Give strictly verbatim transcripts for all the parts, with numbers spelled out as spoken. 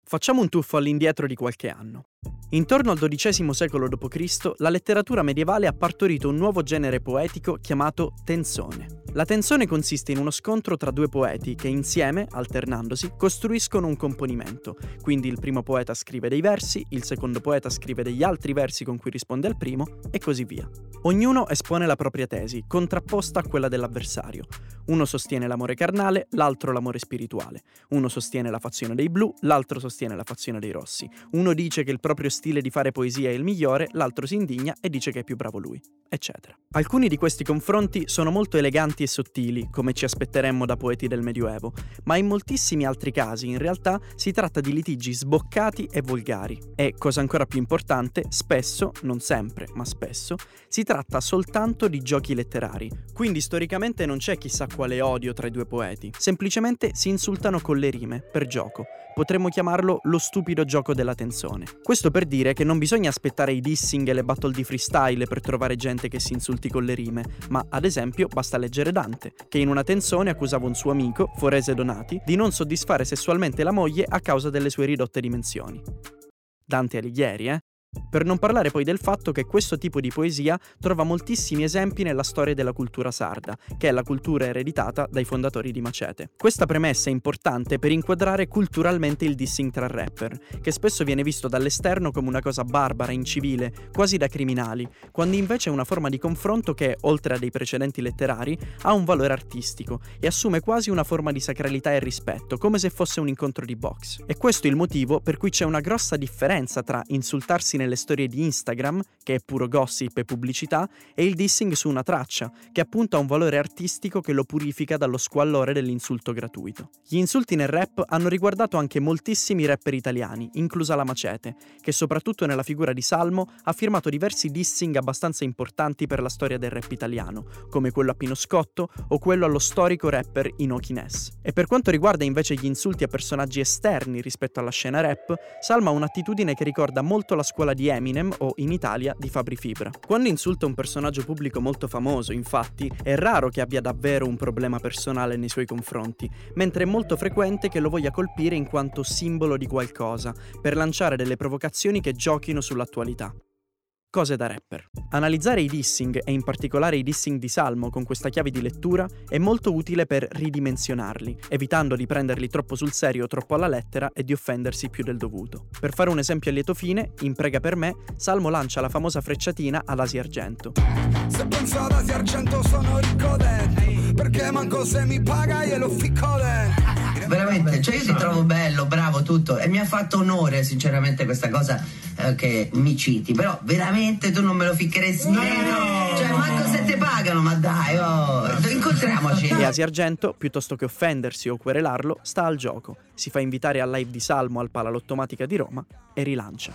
Facciamo un tuffo all'indietro di qualche anno. Intorno al dodicesimo secolo dopo Cristo, la letteratura medievale ha partorito un nuovo genere poetico chiamato tenzone. La tenzone consiste in uno scontro tra due poeti che insieme, alternandosi, costruiscono un componimento. Quindi il primo poeta scrive dei versi, il secondo poeta scrive degli altri versi con cui risponde al primo, e così via. Ognuno espone la propria tesi, contrapposta a quella dell'avversario. Uno sostiene l'amore carnale, l'altro l'amore spirituale. Uno sostiene la fazione dei blu, l'altro sostiene la fazione dei rossi. Uno dice che il proprio stile di fare poesia è il migliore, l'altro si indigna e dice che è più bravo lui, eccetera. Alcuni di questi confronti sono molto eleganti e sottili, come ci aspetteremmo da poeti del Medioevo, ma in moltissimi altri casi, in realtà, si tratta di litigi sboccati e volgari. E, cosa ancora più importante, spesso, non sempre, ma spesso, si tratta soltanto di giochi letterari. Quindi storicamente non c'è chissà quale odio tra i due poeti, semplicemente si insultano con le rime, per gioco. Potremmo chiamarlo lo stupido gioco della tenzone. Questo per dire che non bisogna aspettare i dissing e le battle di freestyle per trovare gente che si insulti con le rime, ma ad esempio basta leggere Dante, che in una tenzone accusava un suo amico, Forese Donati, di non soddisfare sessualmente la moglie a causa delle sue ridotte dimensioni. Dante Alighieri, eh? Per non parlare poi del fatto che questo tipo di poesia trova moltissimi esempi nella storia della cultura sarda, che è la cultura ereditata dai fondatori di Macete. Questa premessa è importante per inquadrare culturalmente il dissing tra rapper, che spesso viene visto dall'esterno come una cosa barbara, incivile, quasi da criminali, quando invece è una forma di confronto che, oltre a dei precedenti letterari, ha un valore artistico e assume quasi una forma di sacralità e rispetto, come se fosse un incontro di box. E questo è il motivo per cui c'è una grossa differenza tra insultarsi nelle storie di Instagram, che è puro gossip e pubblicità, e il dissing su una traccia, che appunto ha un valore artistico che lo purifica dallo squallore dell'insulto gratuito. Gli insulti nel rap hanno riguardato anche moltissimi rapper italiani, inclusa la Macete, che soprattutto nella figura di Salmo ha firmato diversi dissing abbastanza importanti per la storia del rap italiano, come quello a Pino Scotto o quello allo storico rapper Inoki Ness. E per quanto riguarda invece gli insulti a personaggi esterni rispetto alla scena rap, Salmo ha un'attitudine che ricorda molto la scuola di Eminem o, in Italia, di Fabri Fibra. Quando insulta un personaggio pubblico molto famoso, infatti, è raro che abbia davvero un problema personale nei suoi confronti, mentre è molto frequente che lo voglia colpire in quanto simbolo di qualcosa, per lanciare delle provocazioni che giochino sull'attualità. Cose da rapper. Analizzare i dissing, e in particolare i dissing di Salmo con questa chiave di lettura, è molto utile per ridimensionarli, evitando di prenderli troppo sul serio o troppo alla lettera e di offendersi più del dovuto. Per fare un esempio a lieto fine, in Prega per me, Salmo lancia la famosa frecciatina ad Asi Argento. Se penso ad Asi Argento sono ricco dentro, perché manco se mi paga glielo ficco dentro. Veramente, cioè io ti trovo bello, bravo, tutto, e mi ha fatto onore sinceramente questa cosa eh, che mi citi, però veramente tu non me lo ficcheresti dietro, cioè manco se te pagano, ma dai, oh, incontriamoci. E Asi Argento, piuttosto che offendersi o querelarlo, sta al gioco, si fa invitare al live di Salmo al Palalottomatica di Roma e rilancia.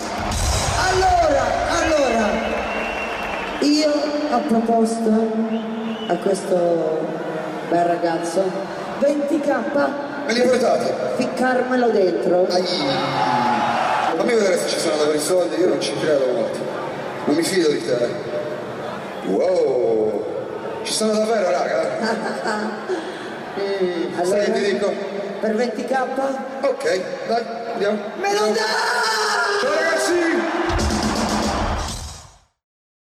Allora, allora, io ho proposto a questo bel ragazzo venti k. Me li hai portati? Ficcarmelo dentro. Ai. Fammi vedere se ci sono davvero i soldi, io non ci credo molto. Non mi fido di te. Wow. Ci sono davvero, raga? mm, allora, sai, ti dico. Per venti k? Ok, dai, andiamo. Me lo dai!